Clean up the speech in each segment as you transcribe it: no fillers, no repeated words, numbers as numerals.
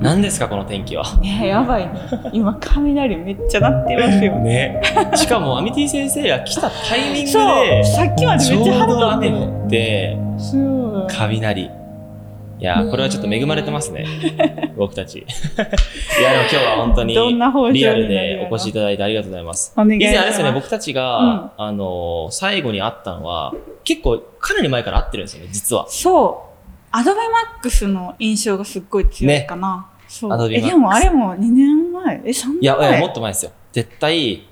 何ですかこの天気は。 ね、やばいね。今雷めっちゃ鳴ってますよね。しかもアミティ先生が来たタイミングで、 そうさっきまでめっちゃ晴れたちょうど雨降って、 そう雷。いや、これはちょっと恵まれてますね。僕たち。いや、でも今日は本当にリアルでお越しいただいてありがとうございます。以前あれですよね、僕たちが、最後に会ったのは、結構かなり前から会ってるんですよね、実は。 そう。アドベマックスの印象がすっごい強いかな。ね、そう。でもあれも2年前3年前いや、もっと前ですよ。絶対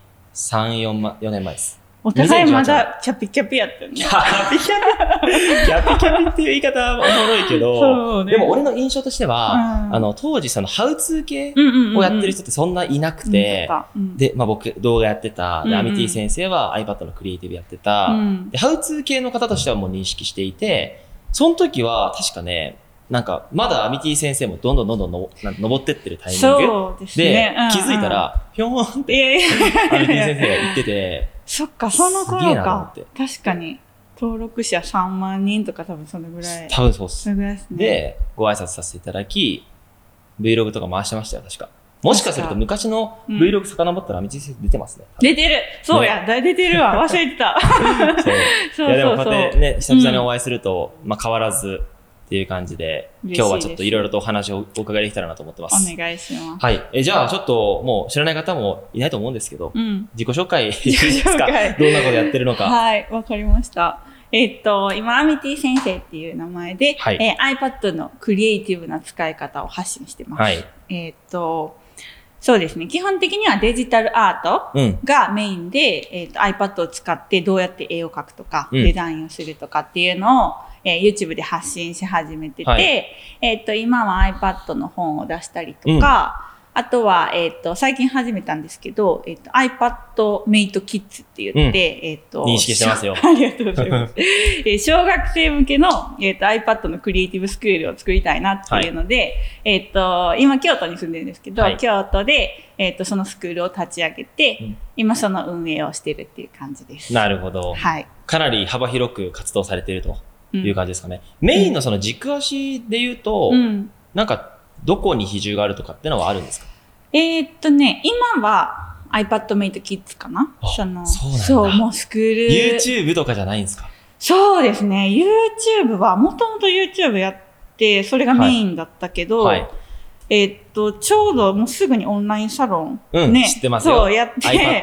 3、4年前です。 お互いまだキャピキャピやってるね。 キャピキャピっていう言い方はおもろいけど、でも俺の印象としては、当時そのハウツー系をやってる人ってそんないなくて、で、僕動画やってた、で、アミティ先生は iPad のクリエイティブやってた、で、ハウツー系の方としてはもう認識していて、その時は確かね、なんかまだアミティ先生もどんどん登ってってるタイミングそうですね、 で、気づいたら、ひょーんってアミティ先生が言ってて、 そっか、その頃か。確かに。登録者3万人とか多分そのぐらい。 多分そうっす。 それぐらいですね。 で、ご挨拶させていただき、Vlog とか回してましたよ、確か。もしかすると昔の Vlog 遡ったらアミティ先生出てますね。 出てるそうや、出てるわ。忘れてた。 そう。いや、でもこうやってね、久々にお会いすると、変わらず、っていう感じで、今日はちょっといろいろとお話をお伺いできたらなと思ってます。 お願いします。 はい。じゃあちょっともう知らない方もいないと思うんですけど、自己紹介いいですか？どんなことやってるのか。 はい、わかりました。今、アミティ先生っていう名前で、iPad のクリエイティブな使い方を発信してます。はい。そうですね。基本的にはデジタルアートがメインで、iPad を使ってどうやって絵を描くとか、デザインをするとかっていうのを、YouTube で発信し始めてて、今は iPad の本を出したりとか、あとは、最近始めたんですけど、iPad Mate Kids って言って、 認識してますよ。 ありがとうございます。小学生向けの、iPad のクリエイティブスクールを作りたいなっていうので、今京都に住んでるんですけど、京都で、そのスクールを立ち上げて、今その運営をしてるっていう感じです。 なるほど。はい。かなり幅広く活動されているという感じですかね。メインのその軸足で言うと、なんか、どこに比重があるとかってのはあるんですか？ 今は iPad Mate Kids かな？ そうなんだ。 そう、もうスクール。 YouTube とかじゃないんですか？ そうですね。YouTube は、もともと YouTube やって、それがメインだったけど、ちょうどもうすぐにオンラインサロン。 ね。知ってますよ。 そう、やって。 iPad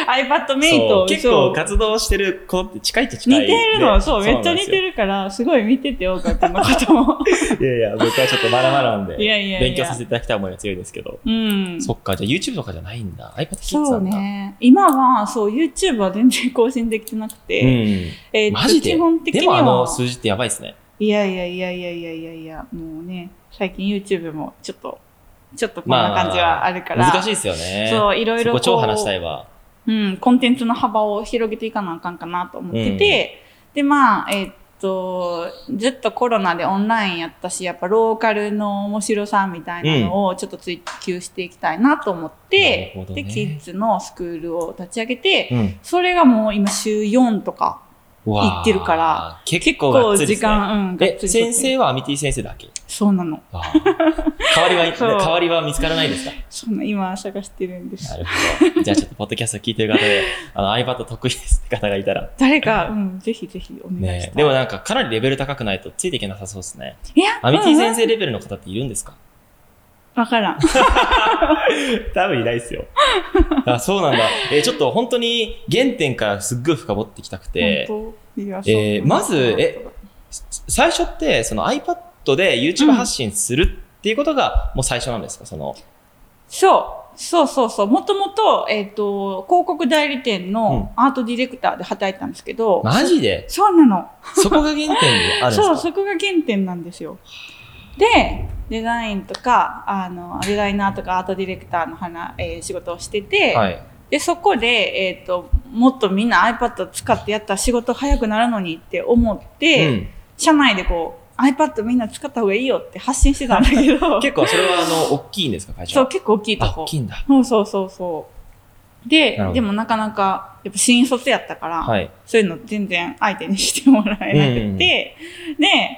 Mate。結構活動してる子って近いっちゃ近い。 似てるの、そう、めっちゃ似てるから、すごい見てて、岡君のことも。 いや、僕はちょっとまだまだなんで、勉強させていただきたい思いが強いですけど。そっか、じゃあ YouTube とかじゃないんだ。iPad Kids なんだ。そうね。 今は、そう、YouTube は全然更新できてなくて。 マジで？ 基本的には。 でも数字ってやばいっすね。 いや、もうね、最近 YouTube もちょっとこんな感じはあるから。 難しいですよね。 そう、いろいろ。 そこ超話したいわ。 コンテンツの幅を広げていかなあかんかなと思ってて、で、ずっとコロナでオンラインやったし、やっぱローカルの面白さみたいなのをちょっと追求していきたいなと思って、で、キッズのスクールを立ち上げて、それがもう今週4とか行ってるから、 結構時間、 先生はアミティ先生だけ？ そうなの。 代わりは見つからないですか？ 今探してるんです。 なるほど。じゃあちょっとポッドキャスト聞いてる方で、iPad 得意ですって方がいたら。 誰か、ぜひぜひお願いしたい。 でもなんかかなりレベル高くないとついていけなさそうですね。いや、アミティ先生レベルの方っているんですか？ わからん。 多分いないですよ。そうなんだ。ちょっと本当に原点からすっごい深掘ってきたくて、まず、最初ってその iPad で YouTube 発信するっていうことがもう最初なんですか？そう。 もともと、広告代理店のアートディレクターで働いてたんですけど。 マジで？ そうなの。 そこが原点であるんですか？ そう、そこが原点なんですよ。で、デザインとか、デザイナーとかアートディレクターの仕事をしてて、で、そこで、もっとみんな iPad を使ってやったら仕事早くなるのにって思って、社内でiPad みんな使った方がいいよって発信してたんだけど。 結構それは大きいんですか、会社？ そう、結構大きいとこ。 大きいんだ。 そう。でもなかやっぱ新卒やったから、そういうの全然相手にしてもらえなくて、で、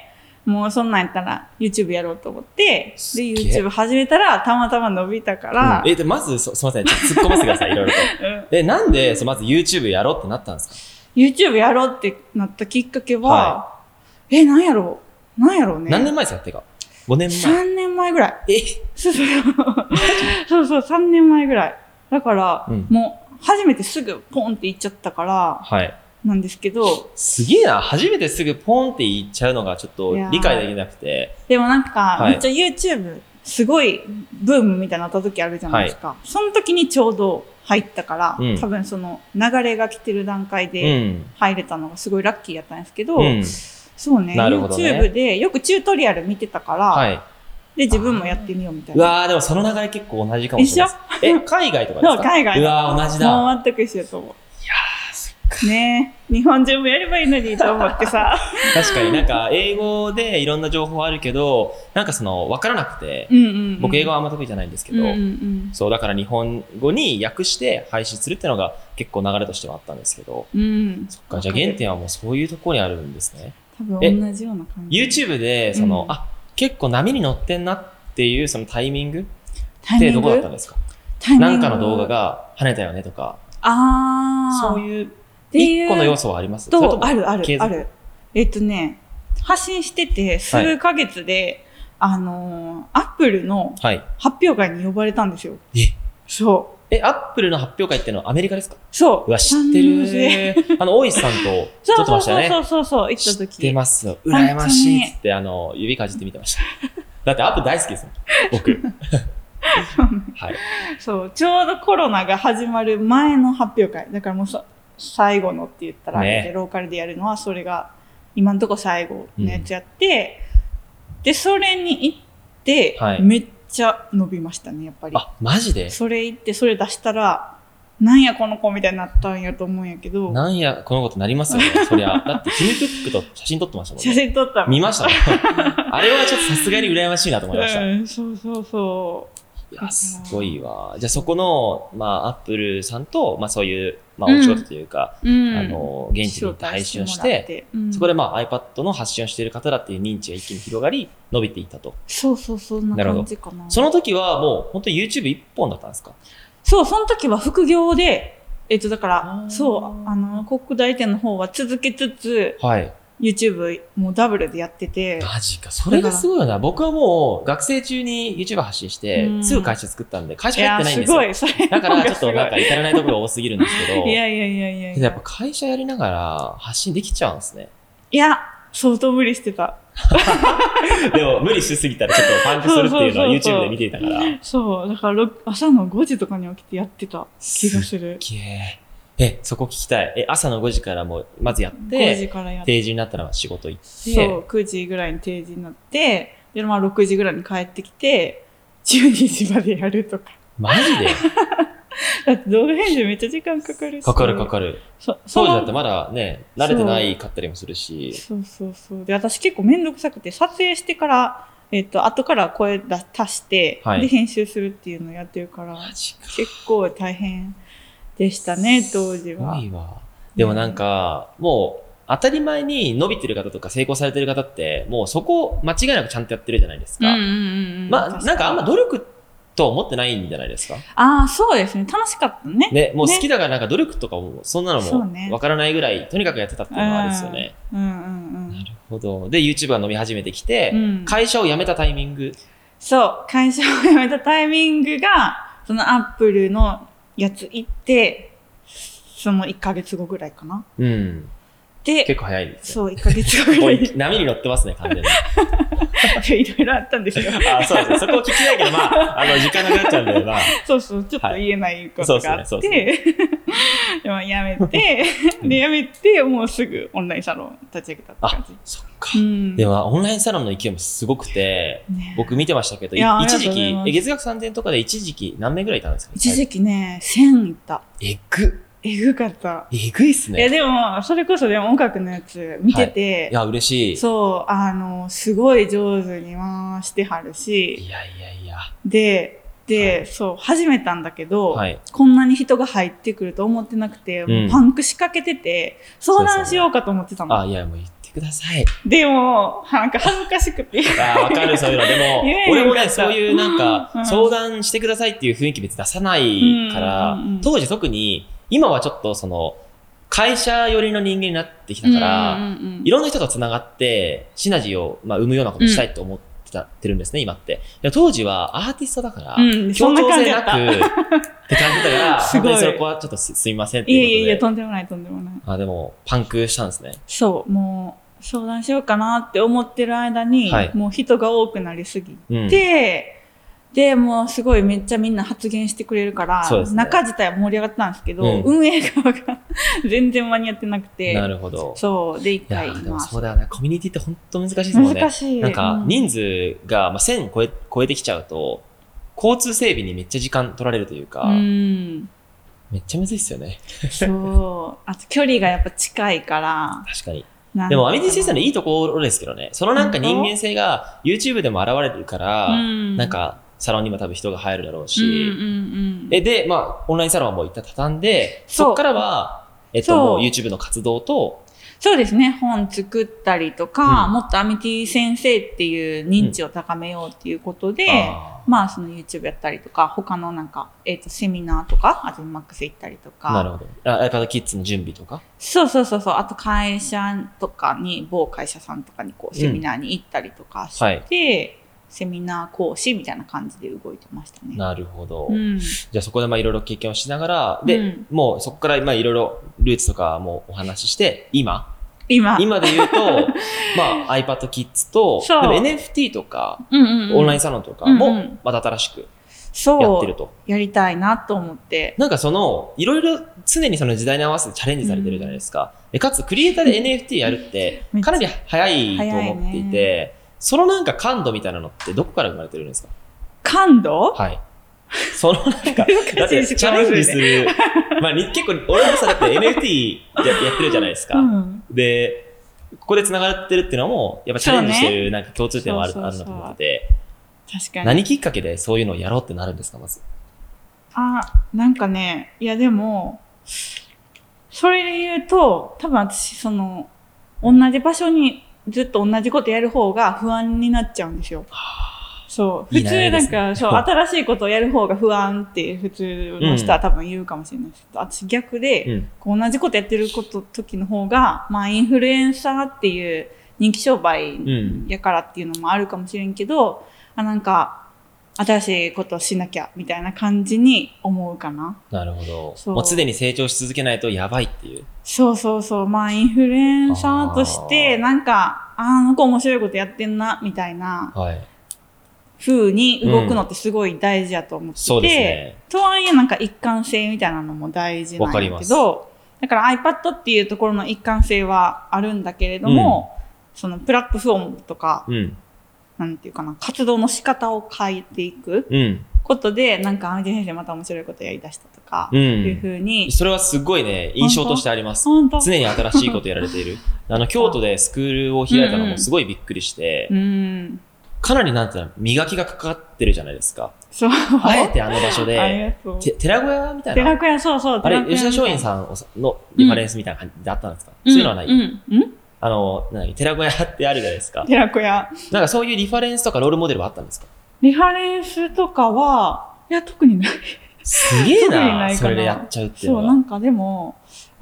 もうそんなんやったら YouTube やろうと思って、で、YouTube 始めたらたまたま伸びたから。 で、まず、すいません、ちょっと突っ込ませてください、いろいろと。なんで、まず YouTube やろうってなったんですか？ YouTube やろうってなったきっかけは、なんやろうね。 何年前ですかってか。5年前。 3年前ぐらい。そう、3年前ぐらい。だから、もう、初めてすぐポンって行っちゃったから、なんですけど。 すげえな。初めてすぐポンって行っちゃうのがちょっと理解できなくて。 でもなんか、めっちゃ YouTube すごいブームみたいになった時あるじゃないですか。その時にちょうど入ったから、多分その流れが来てる段階で入れたのがすごいラッキーやったんですけど、そうね、YouTube でよくチュートリアル見てたから、で、自分もやってみようみたいな。 うわー、でもその流れ結構同じかもしれないです。一緒？海外とかですか？ そう、海外。 うわー、同じだ。 もう全く一緒だと思う。いやー、そっか。ねえ、日本中もやればいいのにと思ってさ。 確かになんか、英語でいろんな情報あるけど、なんかわからなくて、僕英語はあんま得意じゃないんですけど、そう、だから日本語に訳して配信するっていうのが結構流れとしてはあったんですけど、そっか、じゃあ原点はもうそういうところにあるんですね。 多分同じような感じ。 YouTube で、結構波に乗ってんなっていうそのタイミングってどこだったんですか？なんかの動画が跳ねたよねとか。そういう一個の要素はあります？ ある。発信してて数ヶ月で、Apple の発表会に呼ばれたんですよ。そう。 Apple の発表会っていうのはアメリカですか？ そう。 うわ、知ってる。大石さんと撮ってましたよね。 そう、行った時。 知ってますよ。羨ましいっつって、指かじって見てました。だって Apple 大好きですもん、僕。はい。 そう、ちょうどコロナが始まる前の発表会。だからもう最後のって言ったら、ローカルでやるのは、それが、今のとこ最後のやつやって、で、それに行って、めっちゃ伸びましたね、やっぱり。 マジで？ それ行って、それ出したら、なんやこの子みたいになったんやと思うんやけど。 なんやこの子となりますよね、そりゃ。だって、ティム・クックと写真撮ってましたもんね。 写真撮ったもん。 見ましたね。あれはちょっとさすがに羨ましいなと思いました。 そう。 いや、すごいわ。じゃあそこの、アップルさんと、そういう、お仕事というか、現地に行って配信をして、そこでiPad の発信をしている方だっていう認知が一気に広がり、伸びていったと。 そう、そんな感じかな。 その時はもう本当に YouTube 一本だったんですか？ そう、その時は副業で、だから、そう、広告代理店の方は続けつつ、YouTube もうダブルでやってて。 マジか。それがすごいよな。僕はもう学生中に YouTube 発信して、すぐ会社作ったんで、会社入ってないんですよ。 すごい。 だからちょっとなんか至らないところが多すぎるんですけど。 いや。 やっぱ会社やりながら発信できちゃうんですね。 いや、相当無理してた。 でも無理しすぎたらちょっとパンクするっていうのは YouTube で見ていたから。 そう。だから朝の5時とかに起きてやってた気がする。 すっげえ。そこ聞きたい。朝の5時からもまずやって、 5時からやって定時になったら仕事行って。 そう、9時ぐらいに定時になって、で、6時ぐらいに帰ってきて、12時までやるとか。 マジで？ だって動画編集めっちゃ時間かかるし。 かかる。当時だってまだね、慣れてないかったりもするし。 そう。で、私結構めんどくさくて、撮影してから、後から声足して、で、編集するっていうのをやってるから、結構大変でしたね、当時は。 すごいわ。でもなんか、もう、当たり前に伸びてる方とか成功されてる方って、もうそこ間違いなくちゃんとやってるじゃないですか。なんかあんま努力と思ってないんじゃないですか？ そうですね。楽しかったね。 ね、もう好きだからなんか努力とかも、そんなのもわからないぐらい、とにかくやってたっていうのはあるんですよね。なるほど。で、YouTube が伸び始めてきて、会社を辞めたタイミング。 そう、会社を辞めたタイミングが、その Apple のやつ行って、その1ヶ月後ぐらいかな。で、 結構早いですね。 そう、1ヶ月後ぐらい。 波に乗ってますね、完全に。 いろいろあったんですよ。 そうですね。そこを聞きたいけど、時間なくなっちゃうんで、 そう、ちょっと言えないことがあって、でもやめて、もうすぐオンラインサロン立ち上げたって感じ。 そっか。でも、オンラインサロンの勢いもすごくて、僕見てましたけど、一時期、月額3000円とかで一時期何名ぐらいいたんですか？ 一時期ね、1000いった。 えぐかった。 えぐいっすね。 でも、それこそ音楽のやつ見てて、 いや、嬉しい。 そう、すごい上手に回してはるし、 いや。 で、そう、始めたんだけど、こんなに人が入ってくると思ってなくて、もうパンクしかけてて、相談しようかと思ってたの。 いや、もう言っててください。 でも、なんか恥ずかしくて。 わかる、そういうの。でも、俺もね、そういうなんか、相談してくださいっていう雰囲気別に出さないから、当時特に、今はちょっとその、会社寄りの人間になってきたから、いろんな人と繋がって、シナジーを、生むようなことしたいと思ってるんですね、今って。当時はアーティストだから、協調性なくって感じだから、本当にそこはちょっとすみませんっていうことで。 いや、とんでもない、とんでもない。 でも、パンクしたんですね。 そう、もう、相談しようかなって思ってる間に、もう人が多くなりすぎて、で、もうすごいめっちゃみんな発言してくれるから、中自体は盛り上がったんですけど、運営側が全然間に合ってなくて。 なるほど。 そう、で、一回。 でもそうだよね。コミュニティって本当難しいですもんね。難しい。なんか、人数が1000超えてきちゃうと、交通整備にめっちゃ時間取られるというか、めっちゃむずいっすよね。 そう。あと距離がやっぱ近いから。 確かに。でも、アミティ先生のいいところですけどね。そのなんか人間性が YouTube でも現れてるから、なんか、サロンにも多分人が入るだろうし。で、オンラインサロンはもう一旦畳んで、そっからは、もう YouTube の活動と、 そうですね。本作ったりとか、もっとアミティ先生っていう認知を高めようっていうことで、その YouTube やったりとか、他のなんか、セミナーとか、あと MAX 行ったりとか。 なるほど。iPad Kids の準備とかそう。あと会社とかに、某会社さんとかにこう、セミナーに行ったりとかして、セミナー講師みたいな感じで動いてましたね。 なるほど。じゃあそこでいろいろ経験をしながら、で、もうそこからいろいろルーツとかもお話しして、今で言うと、iPad Kids と、でも NFT とか、オンラインサロンとかもまた新しくやってると。 やりたいなと思って。 なんかいろいろ常にその時代に合わせてチャレンジされてるじゃないですか。かつクリエイターで NFT やるってかなり早いと思っていて、そのなんか感度みたいなのってどこから生まれてるんですか？ 感度？ はい。そのなんか、だってチャレンジする、結構俺もさ、だって NFT やってるじゃないですか。で、ここで繋がってるっていうのも、やっぱチャレンジしてるなんか共通点はあるなと思ってて。 確かに。 何きっかけでそういうのをやろうってなるんですか、まず。 なんかね、いやでも、それで言うと、多分私、同じ場所にずっと同じことやる方が不安になっちゃうんですよ。そう。普通なんか、新しいことをやる方が不安って普通の人は多分言うかもしれないですけど、私逆で、同じことやってる時の方が、インフルエンサーっていう人気商売やからっていうのもあるかもしれんけど、なんか、新しいことをしなきゃみたいな感じに思うかな。 なるほど。もう常に成長し続けないとやばいっていう。 そう。インフルエンサーとして、なんか、あの子面白いことやってんな、みたいな。風に動くのってすごい大事だと思ってて、そうですね。とはいえなんか一貫性みたいなのも大事なんだけど、だから iPad っていうところの一貫性はあるんだけれども、そのプラットフォームとか、なんていうかな、活動の仕方を変えていくことで、なんかアミティ先生また面白いことやりだしたとか、いうふうに。 それはすごいね、印象としてあります。常に新しいことやられている。京都でスクールを開いたのもすごいびっくりして、かなりなんていうの、磨きがかかってるじゃないですか。 そう。 あえてあの場所で、寺小屋みたいな。 寺小屋、そう。 あれ、吉田松陰さんのリファレンスみたいな感じであったんですか？そういうのはない？寺小屋ってあるじゃないですか。 寺小屋。 なんかそういうリファレンスとかロールモデルはあったんですか？ リファレンスとかは、いや、特にない。 すげえな、それでやっちゃうっていうのは。 そう、なんかでも、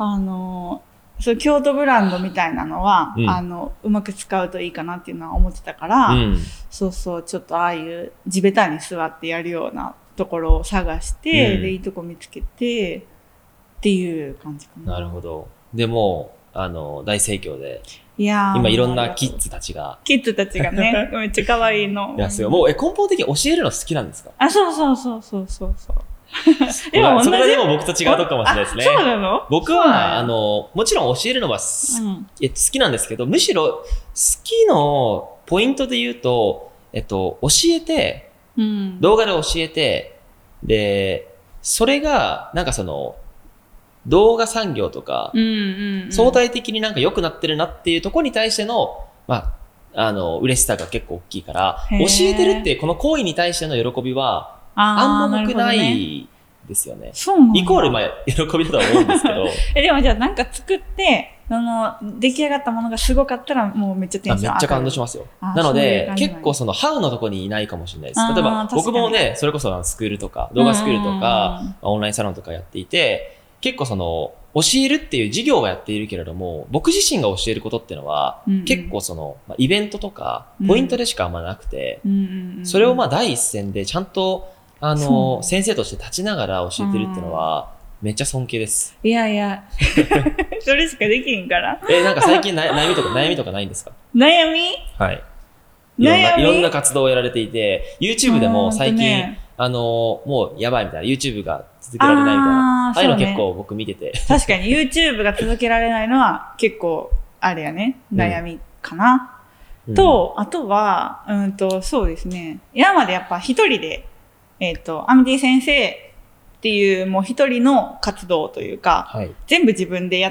京都ブランドみたいなのは、うまく使うといいかなっていうのは思ってたから、ちょっとああいう地べたに座ってやるようなところを探して、で、いいとこ見つけて、っていう感じかな。 なるほど。でも、大盛況で。 いや今いろんなキッズたちが。 キッズたちがね、めっちゃ可愛いの。 いや、すごい。もう、根本的に教えるの好きなんですか？ そう。 でもそれはでも僕と違うとこかもしれないですね。 そうなの？ 僕は、もちろん教えるのは好きなんですけど、むしろ好きのポイントで言うと、教えて、動画で教えて、で、それが、なんか動画産業とか、相対的になんか良くなってるなっていうところに対しての、嬉しさが結構大きいから、教えてるっていうこの行為に対しての喜びは、あんま僕ないですよね。 そうなんだ。 イコール、喜びだとは思うんですけど。 でもじゃあなんか作って、 出来上がったものがすごかったら、もうめっちゃテンション上がる。 めっちゃ感動しますよ。なので、結構ハウのとこにいないかもしれないです。例えば、僕もね、それこそスクールとか、動画スクールとか、オンラインサロンとかやっていて、結構教えるっていう事業はやっているけれども、僕自身が教えることっていうのは、結構イベントとか、ポイントでしかあんまなくて、それを第一線でちゃんと、先生として立ちながら教えてるっていうのは、めっちゃ尊敬です。 いやいや、それしかできんから。 なんか最近悩みとかないんですか？ 悩み？ はい。いろんな活動をやられていて、YouTube でも最近、もうやばいみたいな、YouTube が続けられないみたいな、ああいうの結構僕見てて。 確かに YouTube が続けられないのは結構、あれやね、悩みかな。あとは、そうですね、今までやっぱ一人で、アミティ先生っていうもう一人の活動というか、全部自分でやって、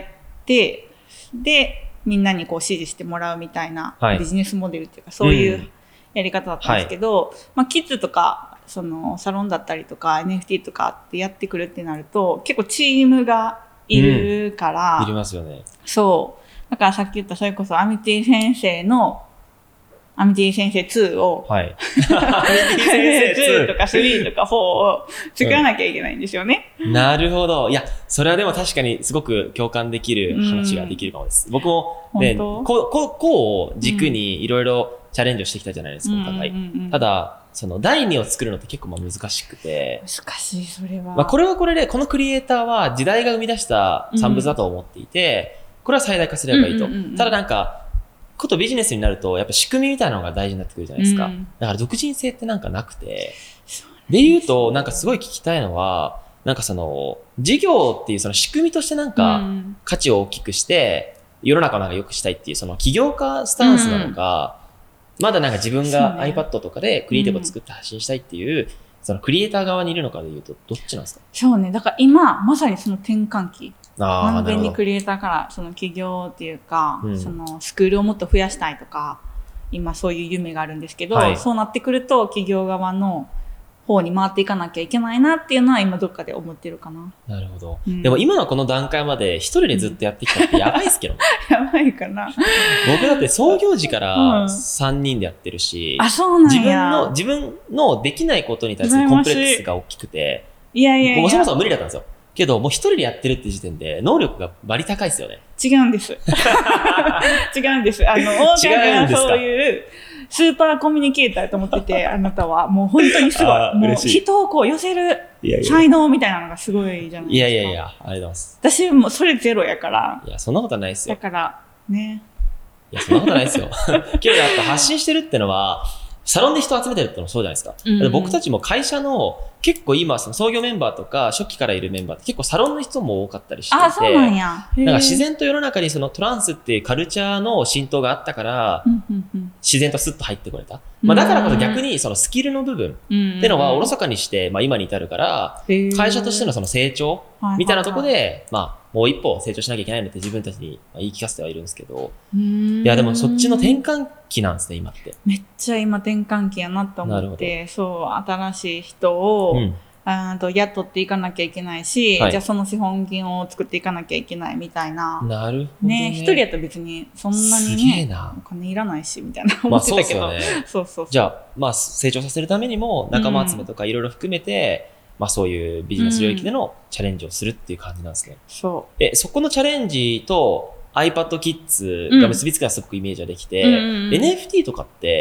で、みんなに指示してもらうみたいなビジネスモデルっていうか、そういうやり方だったんですけど、キッズとか、サロンだったりとか NFT とかってやってくるってなると、結構チームがいるから、 いりますよね。 そう。だからさっき言ったそれこそアミティ先生2を、 はい。 アミティ先生2とか3とか4を作らなきゃいけないんですよね。 なるほど。いや、それはでも確かにすごく共感できる話ができるかもです。僕もね、こうを軸にいろいろチャレンジをしてきたじゃないですか、お互い。ただ、第2を作るのって結構難しくて。 難しい、それは。 これはこれで、このクリエイターは時代が生み出した産物だと思っていて、これは最大化すればいいと。ただなんか、ことビジネスになると、やっぱ仕組みみたいなのが大事になってくるじゃないですか。だから独自性ってなんかなくて。で言うと、なんかすごい聞きたいのは、なんか事業っていう仕組みとしてなんか価値を大きくして、世の中をなんか良くしたいっていう起業家スタンスなのか、まだなんか自分が iPad とかでクリエイティブを作って発信したいっていう、クリエイター側にいるのかで言うと、どっちなんですか？ そうね。だから今、まさにその転換期。完全にクリエイターから起業っていうか、スクールをもっと増やしたいとか、今そういう夢があるんですけど、そうなってくると企業側の方に回っていかなきゃいけないなっていうのは今どっかで思ってるかな。 なるほど。でも今のこの段階まで一人でずっとやってきたってやばいっすけどね。 やばいかな。 僕だって創業時から3人でやってるし、 そうなんや。 自分のできないことに対するコンプレックスが大きくて、もうそもそも無理だったんですよ。けど、もう一人でやってるって時点で、能力がバリ高いですよね。 違うんです。違うんです。大川がそういうスーパーコミュニケーターと思ってて、あなたはもう本当にすごい。もう人を寄せる才能みたいなのがすごいじゃないですか。 いや、ありがとうございます。 私もそれゼロやから。 いや、そんなことないですよ。 だから、ね。 いや、そんなことないですよ。けどやっぱ発信してるってのは、サロンで人を集めてるってのもそうじゃないですか。僕たちも会社の結構今創業メンバーとか初期からいるメンバーって結構サロンの人も多かったりしていて、 そうなんや。 なんか自然と世の中にトランスっていうカルチャーの浸透があったから、自然とスッと入ってこれた。だからこそ逆にスキルの部分っていうのはおろそかにして、今に至るから、会社としての成長みたいなところで、もう一歩成長しなきゃいけないのって自分たちに言い聞かせてはいるんですけど、いやでもそっちの転換期なんですね、今って。 めっちゃ今転換期やなと思って、新しい人を、雇っていかなきゃいけないし、じゃあその資本金を作っていかなきゃいけないみたいな。 なるほどね。 一人やったら別にそんなにね、お金いらないしみたいな思ってたけど。 そうじゃあ成長させるためにも仲間集めとかいろいろ含めて、そういうビジネス領域でのチャレンジをするっていう感じなんですね。 そこのチャレンジと iPad Kids が結びつくのはすごくイメージができて、NFT とかって、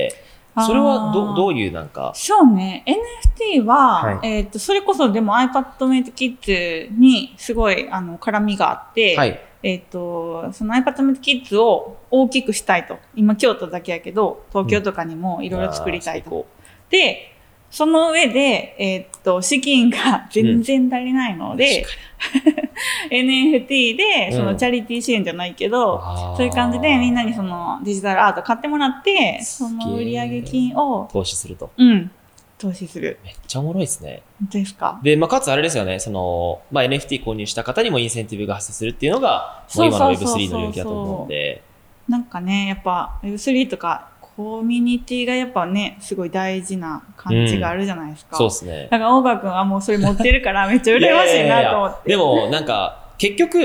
それはどういうなんか。 そうね。NFT は、それこそでも iPadMate Kids にすごい絡みがあって、その iPadMate Kids を大きくしたいと。今京都だけやけど、東京とかにもいろいろ作りたいと。で、その上で、資金が全然足りないので、NFT で、チャリティー支援じゃないけど、そういう感じでみんなにデジタルアート買ってもらって、その売上金を投資すると。 投資する。 めっちゃおもろいですね。 本当ですか？ で、かつあれですよね、NFT 購入した方にもインセンティブが発生するっていうのが、もう今の Web3 の領域だと思うんで。 なんかね、やっぱ Web3 とか、コミュニティがやっぱね、すごい大事な感じがあるじゃないですか。 そうですね。 だから大川くんはもうそれ持ってるからめっちゃ羨ましいなと思って。 でもなんか結局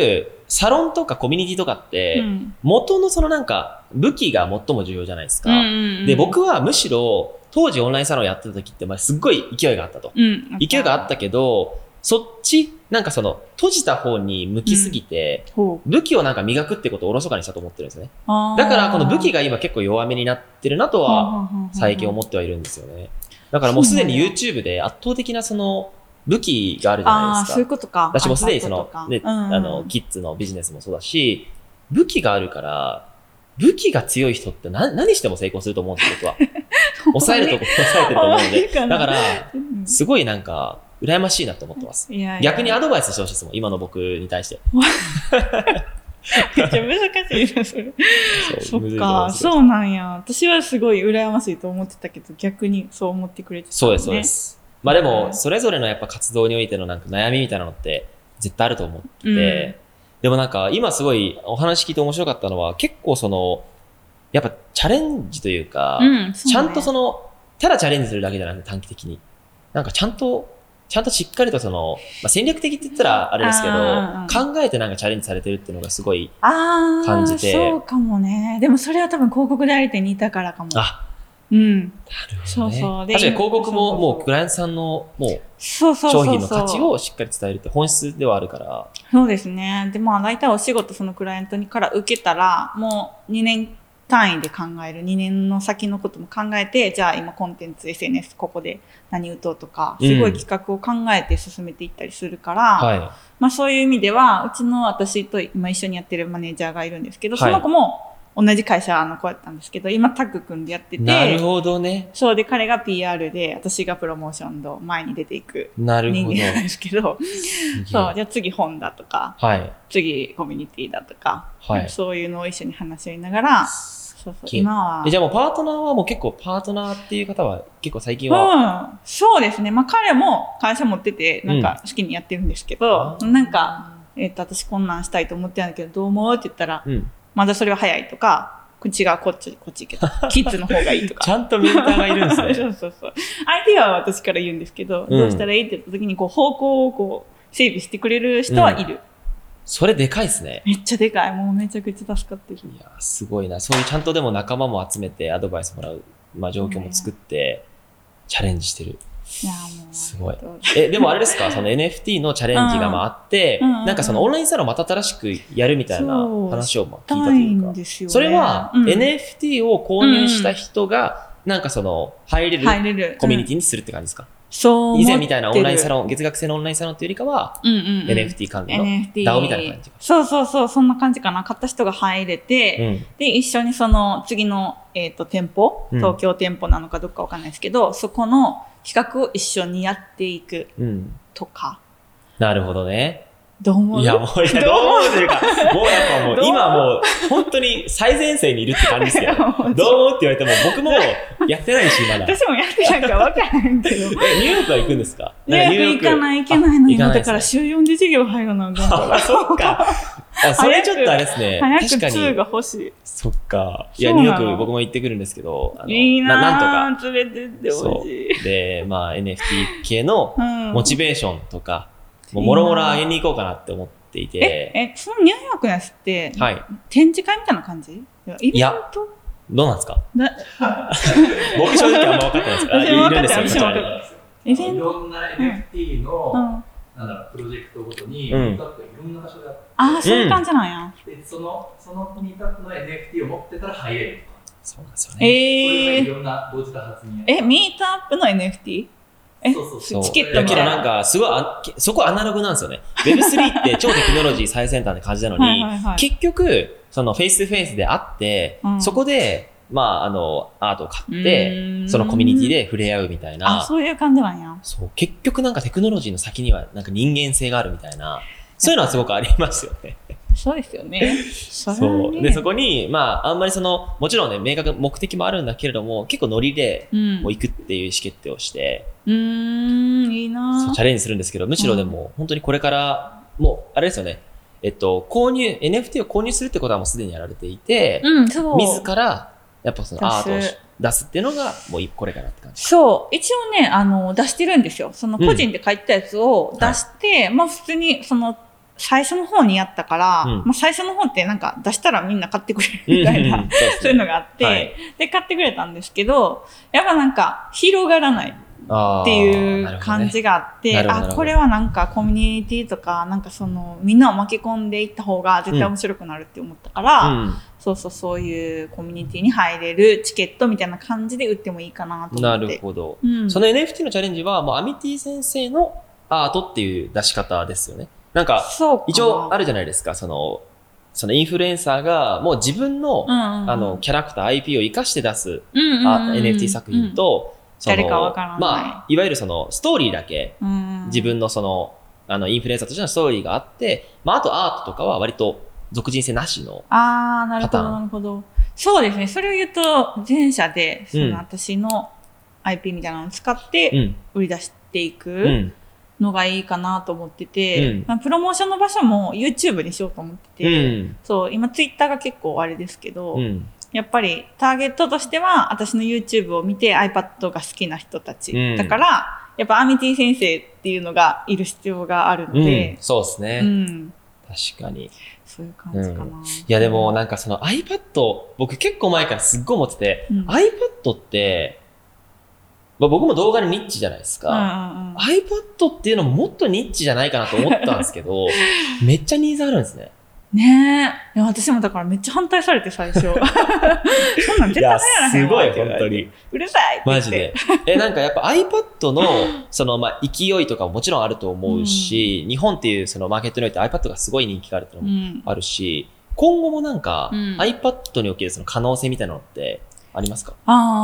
サロンとかコミュニティとかって、元のそのなんか武器が最も重要じゃないですか。で、僕はむしろ当時オンラインサロンやってた時って、すっごい勢いがあったと。勢いがあったけど、そっち、なんかその閉じた方に向きすぎて、武器をなんか磨くってことをおろそかにしたと思ってるんですね。だからこの武器が今結構弱めになってるなとは最近思ってはいるんですよね。だからもうすでに YouTube で圧倒的なその武器があるじゃないですか。 そういうことか。 私もすでにその、ね、キッズのビジネスもそうだし、武器があるから、武器が強い人って何しても成功すると思うんですよ、僕は。抑えるとこ抑えてると思うので。だから、すごいなんか、羨ましいなと思ってます。逆にアドバイスしてほしいですもん、今の僕に対して。 めっちゃ難しいな、それ。そっか、そうなんや。私はすごい羨ましいと思ってたけど、逆にそう思ってくれてた、ね。 そうです、そうです。まあでも、それぞれのやっぱ活動においてのなんか悩みみたいなのって絶対あると思ってて、でもなんか今すごいお話聞いて面白かったのは、結構その、やっぱチャレンジというか、ちゃんとその、ただチャレンジするだけじゃなくて短期的に。なんかちゃんとしっかりとその、戦略的って言ったらあれですけど、考えてなんかチャレンジされてるっていうのがすごい感じて。 そうかもね。でもそれは多分広告代理店にいたからかも。 なるほどね。そうそう。確かに広告ももうクライアントさんのもう商品の価値をしっかり伝えるって本質ではあるから。 そうですね。で、大体お仕事そのクライアントにから受けたら、もう2年単位で考える。2年の先のことも考えて、じゃあ今コンテンツ、SNS ここで何打とうとか、すごい企画を考えて進めていったりするから、そういう意味では、うちの私と今一緒にやってるマネージャーがいるんですけど、その子も同じ会社の子やったんですけど、今タッグ組んでやってて。 なるほどね。 そうで、彼が PR で、私がプロモーションの前に出ていく人間なんですけど、そう、じゃあ次本だとか、次コミュニティだとか、そういうのを一緒に話し合いながら、そう今は。 じゃあもうパートナーはもう結構パートナーっていう方は結構最近は、 そうですね。彼も会社持ってて、なんか好きにやってるんですけど、なんか、私こんなんしたいと思ってるんだけど、どう思うって言ったら、まだそれは早いとか、違う、こっち行けと。キッズの方がいいとか。 ちゃんとメンターがいるんですね。 そう。相手は私から言うんですけど、どうしたらいいって言った時に、方向を整備してくれる人はいる。 それでかいですね。 めっちゃでかい。もうめちゃくちゃ助かってる。 いや、すごいな。そういうちゃんとでも仲間も集めてアドバイスもらう、状況も作って、チャレンジしてる。 いや、もう。すごい。でもあれですかその NFT のチャレンジがあって、なんかそのオンラインサロンまた新しくやるみたいな話を聞いたというか。それは NFT を購入した人が、なんかその入れるコミュニティにするって感じですかそう。 以前みたいなオンラインサロン、月額制のオンラインサロンっていうよりかは、NFT 関連の DAO みたいな感じ。 そう、そんな感じかな。買った人が入れて、で、一緒にその次の、店舗、東京店舗なのかどっかわかんないですけど、そこの企画を一緒にやっていくとか。 なるほどね。 どう思う？ いや、もう、どう思うというか、もうやっぱもう、今もう、本当に最前線にいるって感じですけど、どう思うって言われても、僕もやってないし、まだ。 私もやってないから分からへんけど。 ニューヨークは行くんですか？ ニューヨーク行けないのよ。だから週4で授業入るのが。 そっか。それちょっとあれですね。 早く2が欲しい。 そっか。いや、ニューヨーク僕も行ってくるんですけど、 いいなんとか。連れてってほしい。 で、NFT 系のモチベーションとか、もろもろ上げに行こうかなって思っていて。 そのニューヨークのやつって、展示会みたいな感じ？イベント？ どうなんですか？僕正直あんま分かってないですから。いるんですよ、 いろんな NFT の、プロジェクトごとに、ミートアップがいろんな場所であって。 そういう感じなんや。 で、そのミートアップの NFT を持ってたら入れるとか。 そうなんですよね。 それがいろんな同時多発にミートアップの NFT？ そう。 チケットみたいな。 だけどなんか、すごい、そこアナログなんですよね。Web3 って超テクノロジー最先端って感じなのに、結局、そのフェイスフェイスで会って、そこで、アートを買って、そのコミュニティで触れ合うみたいな。 そういう感じなんや。 そう。結局なんかテクノロジーの先にはなんか人間性があるみたいな、そういうのはすごくありますよね。 そうですよね。 そう。で、そこに、あんまりもちろんね、明確目的もあるんだけれども、結構ノリで、もう行くっていう意思決定をして、 いいなそう、チャレンジするんですけど、むしろでも、本当にこれから、もう、あれですよね。NFT を購入するってことはもうすでにやられていて、自ら、やっぱそのアートを出すっていうのが、もうこれかなって感じ。 そう。一応ね、出してるんですよ。その個人で書いたやつを出して、普通に最初の方にやったから、まあ最初の方ってなんか出したらみんな買ってくれるみたいな、そういうのがあって、で、買ってくれたんですけど、やっぱなんか広がらない。っていう感じがあって、これはなんかコミュニティとか、なんかみんなを巻き込んでいった方が絶対面白くなるって思ったから、そういうコミュニティに入れるチケットみたいな感じで売ってもいいかなと思って。 なるほど。その NFT のチャレンジは、もうアミティ先生のアートっていう出し方ですよね。なんか、一応あるじゃないですか、そのインフルエンサーがもう自分の、キャラクター、IP を活かして出す、NFT 作品と、 誰かわからない。 まあ、いわゆるストーリーだけ、自分のインフルエンサーとしてのストーリーがあって、まあ、あとアートとかは割と属人性なしのパターン。 なるほど、なるほど。そうですね。それを言うと、前者で、私の IP みたいなのを使って売り出していくのがいいかなと思ってて、プロモーションの場所も YouTube にしようと思ってて、そう、今 Twitter が結構あれですけど、やっぱりターゲットとしては私の YouTube を見て iPad が好きな人たち。だから、やっぱアミティ先生っていうのがいる必要があるので。 そうですね。確かに。 そういう感じかな。いやでもなんかiPad、僕結構前からすっごい思ってて、iPadって、僕も動画にニッチじゃないですか。iPad っていうのももっとニッチじゃないかなと思ったんですけど、めっちゃニーズあるんですね。 ねえ。いや、私もだからめっちゃ反対されて最初。そんなん絶対流行らへんわ。 すごい、本当に。 うるさいってマジで。なんかやっぱ iPad の、勢いとかももちろんあると思うし、日本っていうマーケットにおいて iPad がすごい人気があるっていうのもあるし、今後もなんか、iPad における可能性みたいなのってありますか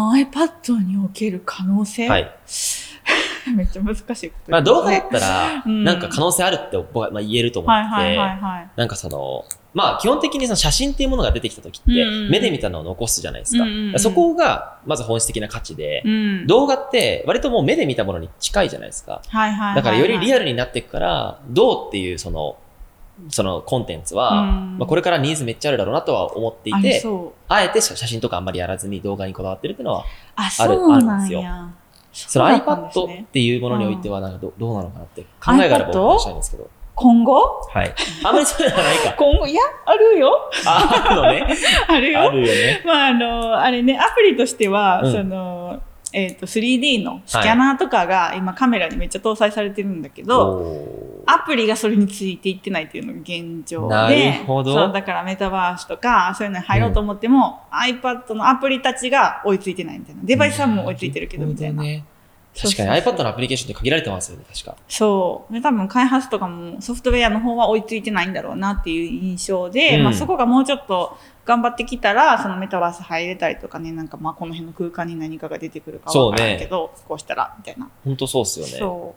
？iPad における可能性？ はい。 めっちゃ難しいこと。 まあ動画だったら、なんか可能性あるって僕は言えると思ってて、なんかまあ基本的に写真っていうものが出てきた時って、目で見たのを残すじゃないですか。そこがまず本質的な価値で、動画って割ともう目で見たものに近いじゃないですか。だからよりリアルになっていくから、どうっていうそのコンテンツは、まあこれからニーズめっちゃあるだろうなとは思っていて、あえて写真とかあんまりやらずに動画にこだわってるっていうのはあるんですよ。iPad っていうものにおいてはなんかどうなのかなって考えがあればお話したいんですけど。 今後？ はい。あんまりそういうのはないか。 今後、いや、あるよ。 あるのね。 あるよ。 あるよね。 まああれね、アプリとしては、3D のスキャナーとかが今カメラにめっちゃ搭載されてるんだけど、アプリがそれについていってないっていうのが現状で、 なるほど。 そう、だからメタバースとかそういうのに入ろうと思っても、iPad のアプリたちが追いついてないみたいな。デバイスはもう追いついてるけどみたいな。 確かに iPad のアプリケーションって限られてますよね、確か。 そう。で、多分開発とかもソフトウェアの方は追いついてないんだろうなっていう印象で、まあそこがもうちょっと頑張ってきたら、そのメタバース入れたりとかね、なんかまあこの辺の空間に何かが出てくるかわからないけど、こうしたら、みたいな。 本当そうっすよね。 そう。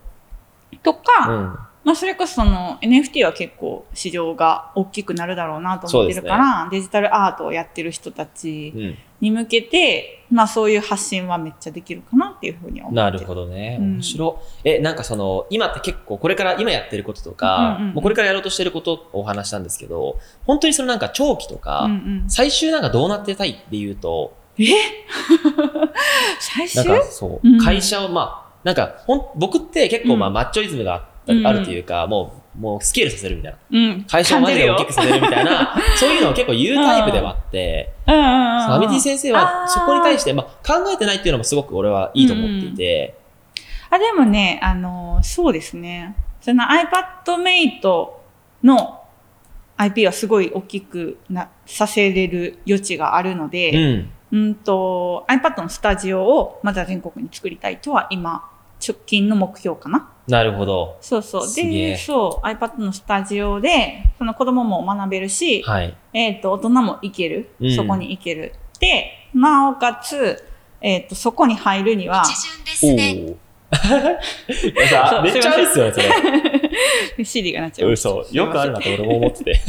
とか、まあそれこそNFT は結構市場が大きくなるだろうなと思ってるから、デジタルアートをやってる人たちに向けて、まあそういう発信はめっちゃできるかなっていうふうに思ってる。 なるほどね。面白い。なんか今って結構これから今やってることとか、もうこれからやろうとしてることをお話したんですけど、本当になんか長期とか、最終なんかどうなってたいっていうと、 最終なんかそう、会社をなんか僕って結構マッチョイズムがあるというか、もうスケールさせるみたいな。会社をマジで大きくさせるみたいな、そういうのを結構言うタイプではあって、アミティ先生はそこに対して考えてないっていうのもすごく俺はいいと思っていて。 でもね、そうですね。その iPadMate の IP はすごい大きくさせれる余地があるので、iPad のスタジオをまた全国に作りたいとは今、直近の目標かな。 なるほど。 そうそう。で、iPad のスタジオで、子供も学べるし、大人も行ける。そこに行ける。で、なおかつ、そこに入るには、 めっちゃあるっすよね、それ。CD がなっちゃう。 嘘。よくあるなと俺も思ってて。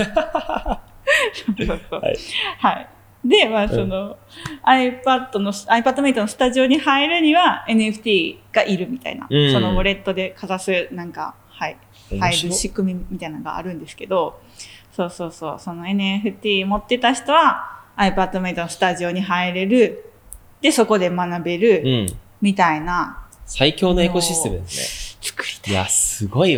はい。で、まあ、iPadMate のスタジオに入るには NFT がいるみたいな。ウォレットでかざす、なんか、入る仕組みみたいなのがあるんですけど、その NFT 持ってた人は iPadMate のスタジオに入れる。で、そこで学べる。みたいな。 最強のエコシステムですね。 作りたい。 いや、すごいわ。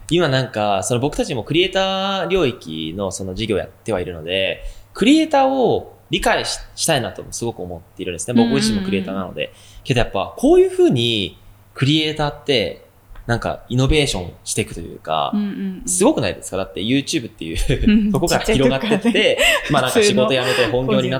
今なんか、その僕たちもクリエイター領域のその事業をやってはいるので、クリエイターを理解したいなとすごく思っているんですね。僕自身もクリエイターなので。けどやっぱこういう風にクリエイターってなんかイノベーションしていくというか、すごくないですか？だって YouTube っていうそこから広がってって、まあなんか仕事辞めて本業になって、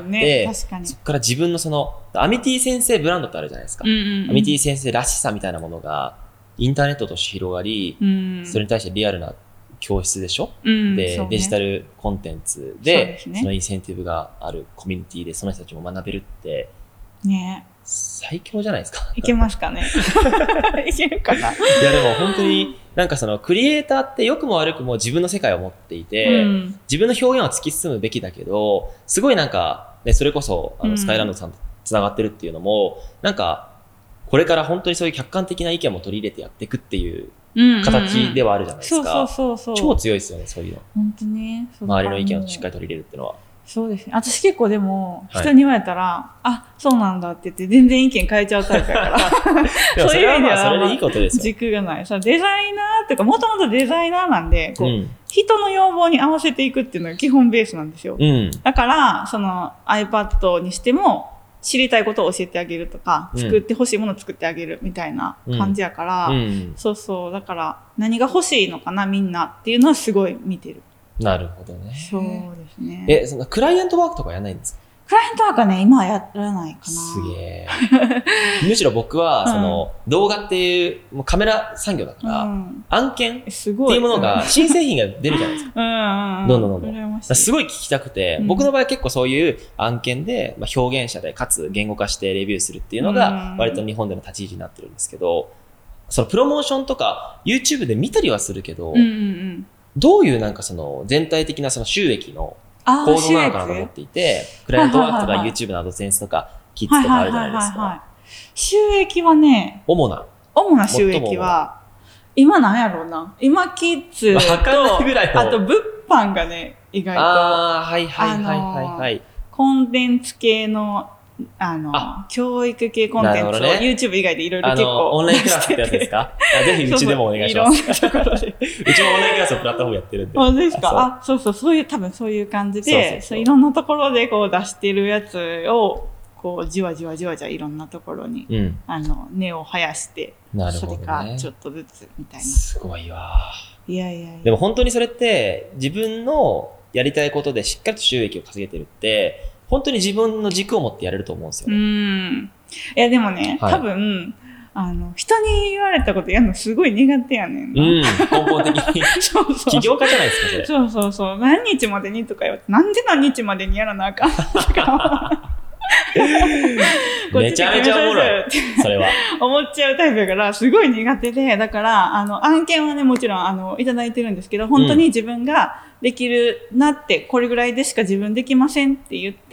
そこから自分のそのアミティ先生ブランドってあるじゃないですか。アミティ先生らしさみたいなものがインターネットとして広がり、それに対してリアルな教室でしょ、で、デジタルコンテンツで、そのインセンティブがあるコミュニティでその人たちも学べるって、 ね、 最強じゃないですか。 いけますかね。いけるかな。いやでも本当になんかそのクリエイターって良くも悪くも自分の世界を持っていて、自分の表現を突き進むべきだけど、すごいなんか、ね、それこそスカイランドさんと繋がってるっていうのも、なんか、これから本当にそういう客観的な意見も取り入れてやっていくっていう形ではあるじゃないですか。超強いですよね、そういうの。 本当に。 周りの意見をしっかり取り入れるっていうのは。 そうですね。私結構でも、人に言われたら、あ、そうなんだって言って全然意見変えちゃうタイプだから。 そういう意味では、それでいいことですよ。 軸がない。デザイナーっていうか、もともとデザイナーなんで、こう、人の要望に合わせていくっていうのが基本ベースなんですよ。だから、その iPad にしても、知りたいことを教えてあげるとか、作ってほしいものを作ってあげるみたいな感じやから、そうそう。だから、何が欲しいのかな、みんなっていうのはすごい見てる。 なるほどね。 そうですね。 そのクライアントワークとかやらないんですか？ クライアントワークはね、今はやらないかな。 すげえ。むしろ僕は、その、動画っていう、もうカメラ産業だから、案件っていうものが、新製品が出るじゃないですか。どんどん。すごい聞きたくて、僕の場合は結構そういう案件で、表現者で、かつ言語化してレビューするっていうのが、割と日本での立ち位置になってるんですけど、そのプロモーションとか、YouTube で見たりはするけど、どういうなんかその全体的なその収益の構造なのかなと思っていて、クライアントワークとか YouTube のアドセンスとかキッズとかあるじゃないですか。 収益はね、 主な収益は、今なんやろうな。今キッズと、あと物販がね、意外と。コンテンツ系の、教育系コンテンツを YouTube 以外でいろいろ結構。 オンラインクラスってやつですか？ぜひうちでもお願いします。うちもオンラインクラスのプラットフォームやってるんで。 そうですか？そう、多分そういう感じで、いろんなところでこう出してるやつを、こう、じわじわいろんなところに、根を生やして、それからちょっとずつみたいな。 すごいわ。 いや。 でも本当にそれって、自分のやりたいことでしっかりと収益を稼げてるって、本当に自分の軸を持ってやれると思うんですよね。 いやでもね、多分、人に言われたことやるのすごい苦手やねんな。 根本的に。起業家じゃないですか、それ。そう。何日までにとか言われて、なんで何日までにやらなあかんのか。 めちゃめちゃおもろい。それは。 思っちゃうタイプだから、すごい苦手で、だから、案件はね、もちろん、いただいてるんですけど、本当に自分ができるなって、これぐらいでしか自分できませんって言って、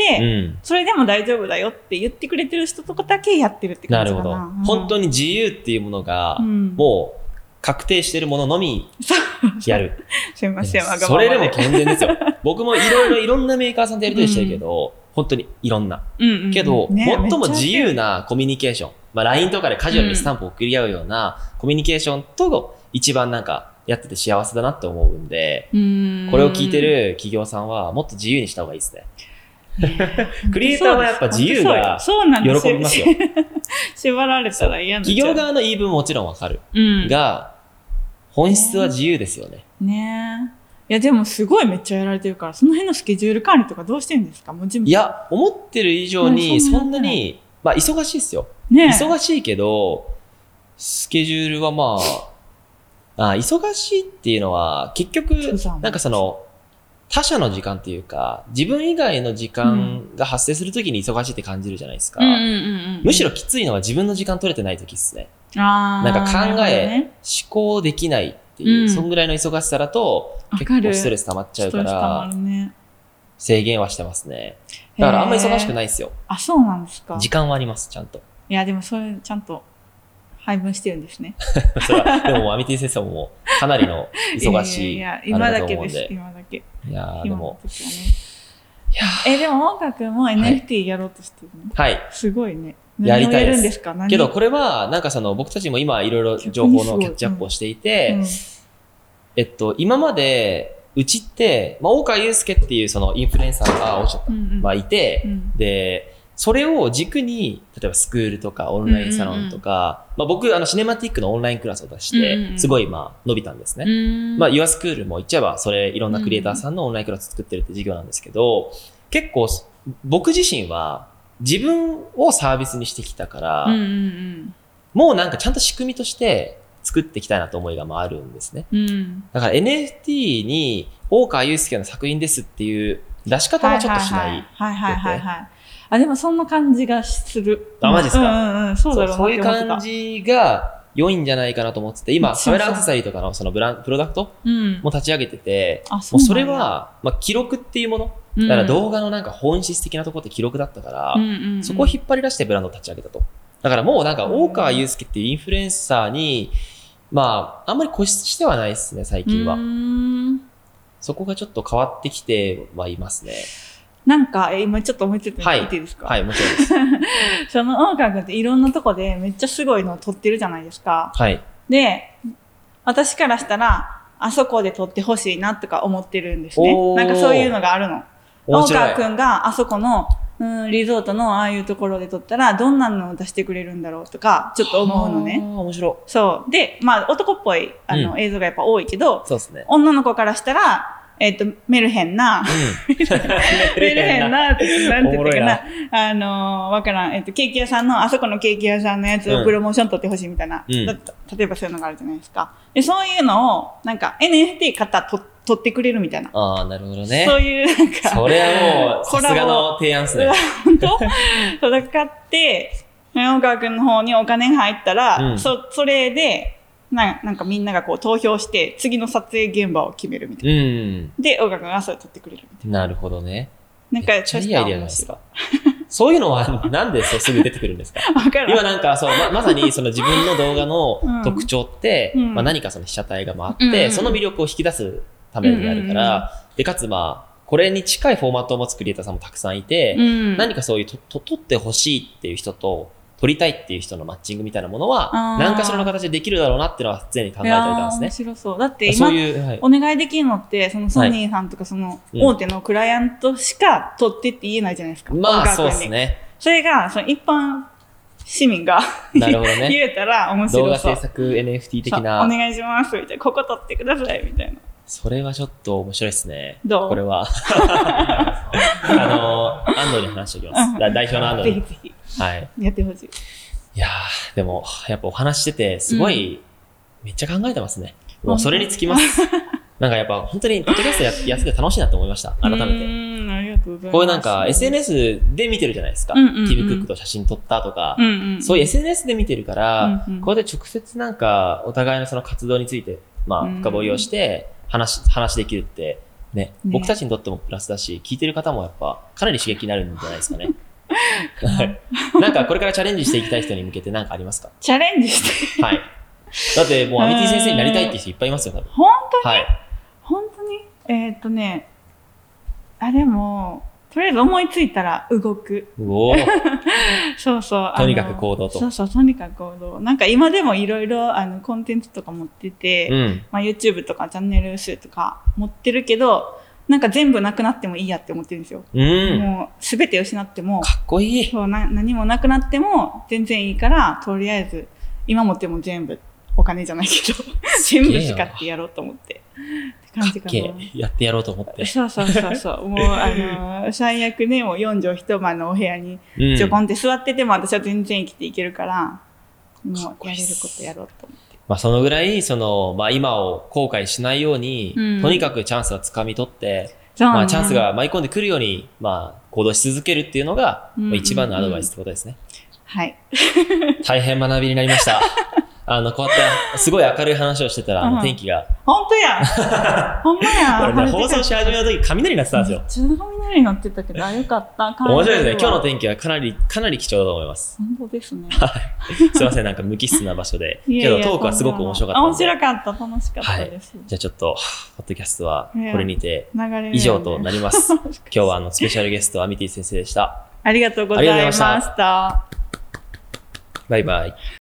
それでも大丈夫だよって言ってくれてる人とかだけやってるって感じかな。 なるほど。本当に自由っていうものが、もう、確定してるもののみやる。 すいません、 それでも健全ですよ。僕もいろんなメーカーさんとやりとりしてるけど、本当にいろんな。けど、最も自由なコミュニケーション。LINE とかでカジュアルにスタンプを送り合うようなコミュニケーションと一番なんかやってて幸せだなって思うんで、これを聞いてる企業さんはもっと自由にした方がいいですね。クリエイターはやっぱ自由が喜びますよ。 縛られたら嫌な。 企業側の言い分ももちろんわかる。が、本質は自由ですよね。 ねえ。いやでもすごいめっちゃやられてるから、その辺のスケジュール管理とかどうしてるんですか？もういや、思ってる以上にそんなに、忙しいですよ。忙しいけど、スケジュールは忙しいっていうのは結局、なんかその、他者の時間っていうか、自分以外の時間が発生するときに忙しいって感じるじゃないですか。むしろきついのは自分の時間取れてないときっすね。なんか考思考できないっていう、そんぐらいの忙しさだと結構ストレス溜まっちゃうから、制限はしてますね。だからあんま忙しくないですよ。 あ、そうなんですか。 時間はあります、ちゃんと。 いや、でもそれちゃんと配分してるんですね。 それは、でもアミティ先生ももうかなりの忙しい。 いや、今だけです、今だけ。 いやでも。 でも、音楽も NFT やろうとしてるの？ はい。 すごいね。 やりたいです。けどこれは、なんかその僕たちも今いろいろ情報のキャッチアップをしていて、 今まで、うちって、大川祐介っていうそのインフルエンサーがいて、で、それを軸に、例えばスクールとかオンラインサロンとか、僕、シネマティックのオンラインクラスを出して、すごい、伸びたんですね。ユアスクールも言っちゃえば、それ、いろんなクリエイターさんのオンラインクラス作ってるって事業なんですけど、結構、僕自身は、自分をサービスにしてきたから、もうなんかちゃんと仕組みとして作っていきたいなと思いがあるんですね。だから NFT に、大川祐介の作品ですっていう出し方はちょっとしない。 でもそんな感じがする。 マジですか？ そうだろうな。 そういう感じが良いんじゃないかなと思ってて、今、カメラアクセサリーとかのそのプロダクトも立ち上げてて、もうそれは、記録っていうもの。だから動画のなんか本質的なところって記録だったから、そこを引っ張り出してブランドを立ち上げたと。だからもうなんか大川祐介っていうインフルエンサーに、あんまり固執してはないですね、最近は。そこがちょっと変わってきてはいますね。 なんか、今ちょっと思いついて言っていいですか？ はい、もちろんです。 その大川君っていろんなとこでめっちゃすごいのを撮ってるじゃないですか。 はい。 で、私からしたら、あそこで撮ってほしいなとか思ってるんですね。なんかそういうのがあるの。大川君があそこの、リゾートのああいうところで撮ったら、どんなのを出してくれるんだろうとか、ちょっと思うのね。 面白い。 そう。で、男っぽい、映像がやっぱ多いけど、 そうですね。 女の子からしたら、メルヘンな、メルヘンな、なんて言ったかな、わからん、ケーキ屋さんの、あそこのケーキ屋さんのやつをプロモーション取ってほしいみたいな、例えばそういうのがあるじゃないですか。で、そういうのを、なんか NFT 買ったら取ってくれるみたいな。 なるほどね。 そういう、なんか。 それはもう、さすがの提案っすね。 本当そうだからって、大川くんの方にお金入ったら、それで、なんかみんながこう投票して、次の撮影現場を決めるみたいな。で、大川くんがそれ撮ってくれるみたいな。 なるほどね。 なんか、 いいアイデアじゃないですか。そういうのはなんですぐ出てくるんですか？今なんかまさにその自分の動画の特徴って、何かその被写体があって、その魅力を引き出すためにあるから、で、かつこれに近いフォーマットを持つクリエイターさんもたくさんいて、何かそういう撮ってほしいっていう人と、撮りたいっていう人のマッチングみたいなものは、何かしらの形でできるだろうなっていうのは常に考えていたんですね。 面白そう。だって今、お願いできるのって、そのソニーさんとかその大手のクライアントしか撮ってって言えないじゃないですか。 そうですね。 それが、その一般市民がなるほどね、 言えたら面白そう。 動画制作 NFT 的な。 お願いしますみたいな。ここ撮ってくださいみたいな。 それはちょっと面白いですね。 どう？ これは。安藤に話しておきます。代表の安藤に。 ぜひぜひ。はい。やってほしい。 いやー、でも、やっぱお話してて、すごい、めっちゃ考えてますね。もうそれにつきます。なんかやっぱ本当に、ポッドキャストやってて楽しいなと思いました。改めて。 ありがとうございます。 こういうなんか、SNS で見てるじゃないですか。ティム・クックと写真撮ったとか、そういう SNS で見てるから、こうやって直接なんか、お互いのその活動について、深掘りをして、話できるって、ね、僕たちにとってもプラスだし、聞いてる方もやっぱ、かなり刺激になるんじゃないですかね。なんかこれからチャレンジしていきたい人に向けて何かありますか？ チャレンジして。 はい。だってもうアミティ先生になりたいって人いっぱいいますよ、多分。 本当に？ はい。 本当にでも、とりあえず思いついたら動く。そうそう。 とにかく行動と。 そうそう、とにかく行動。なんか今でもいろいろコンテンツとか持ってて、YouTube とかチャンネル数とか持ってるけど、なんか全部なくなってもいいやって思ってるんですよ。もうすべて失っても。 かっこいい。 そう、何もなくなっても全然いいから、とりあえず、今持っても全部お金じゃないけど、全部使ってやろうと思って。って感じかな。 やってやろうと思って。 そう。もう、最悪ね、もう4畳一間のお部屋にちょこんって座ってても私は全然生きていけるから、もうやれることやろうと思って。 そのぐらい、今を後悔しないように、とにかくチャンスは掴み取って、チャンスが舞い込んでくるように、行動し続けるっていうのが、一番のアドバイスってことですね。 はい。 大変学びになりました。こうやって、すごい明るい話をしてたら、天気が。 ほんとやほんまやこれね、放送し始めた時、雷鳴ってたんですよ。 めっちゃ雷鳴ってたけど、よかった。 面白いですね。今日の天気はかなり貴重だと思います。 本当ですね。 はい。すいません、なんか無機質な場所で。けど、トークはすごく面白かった。 面白かった。楽しかったです。 じゃあちょっと、ポッドキャストはこれにて、以上となります。今日はスペシャルゲスト、アミティ先生でした。 ありがとうございました。 バイバイ。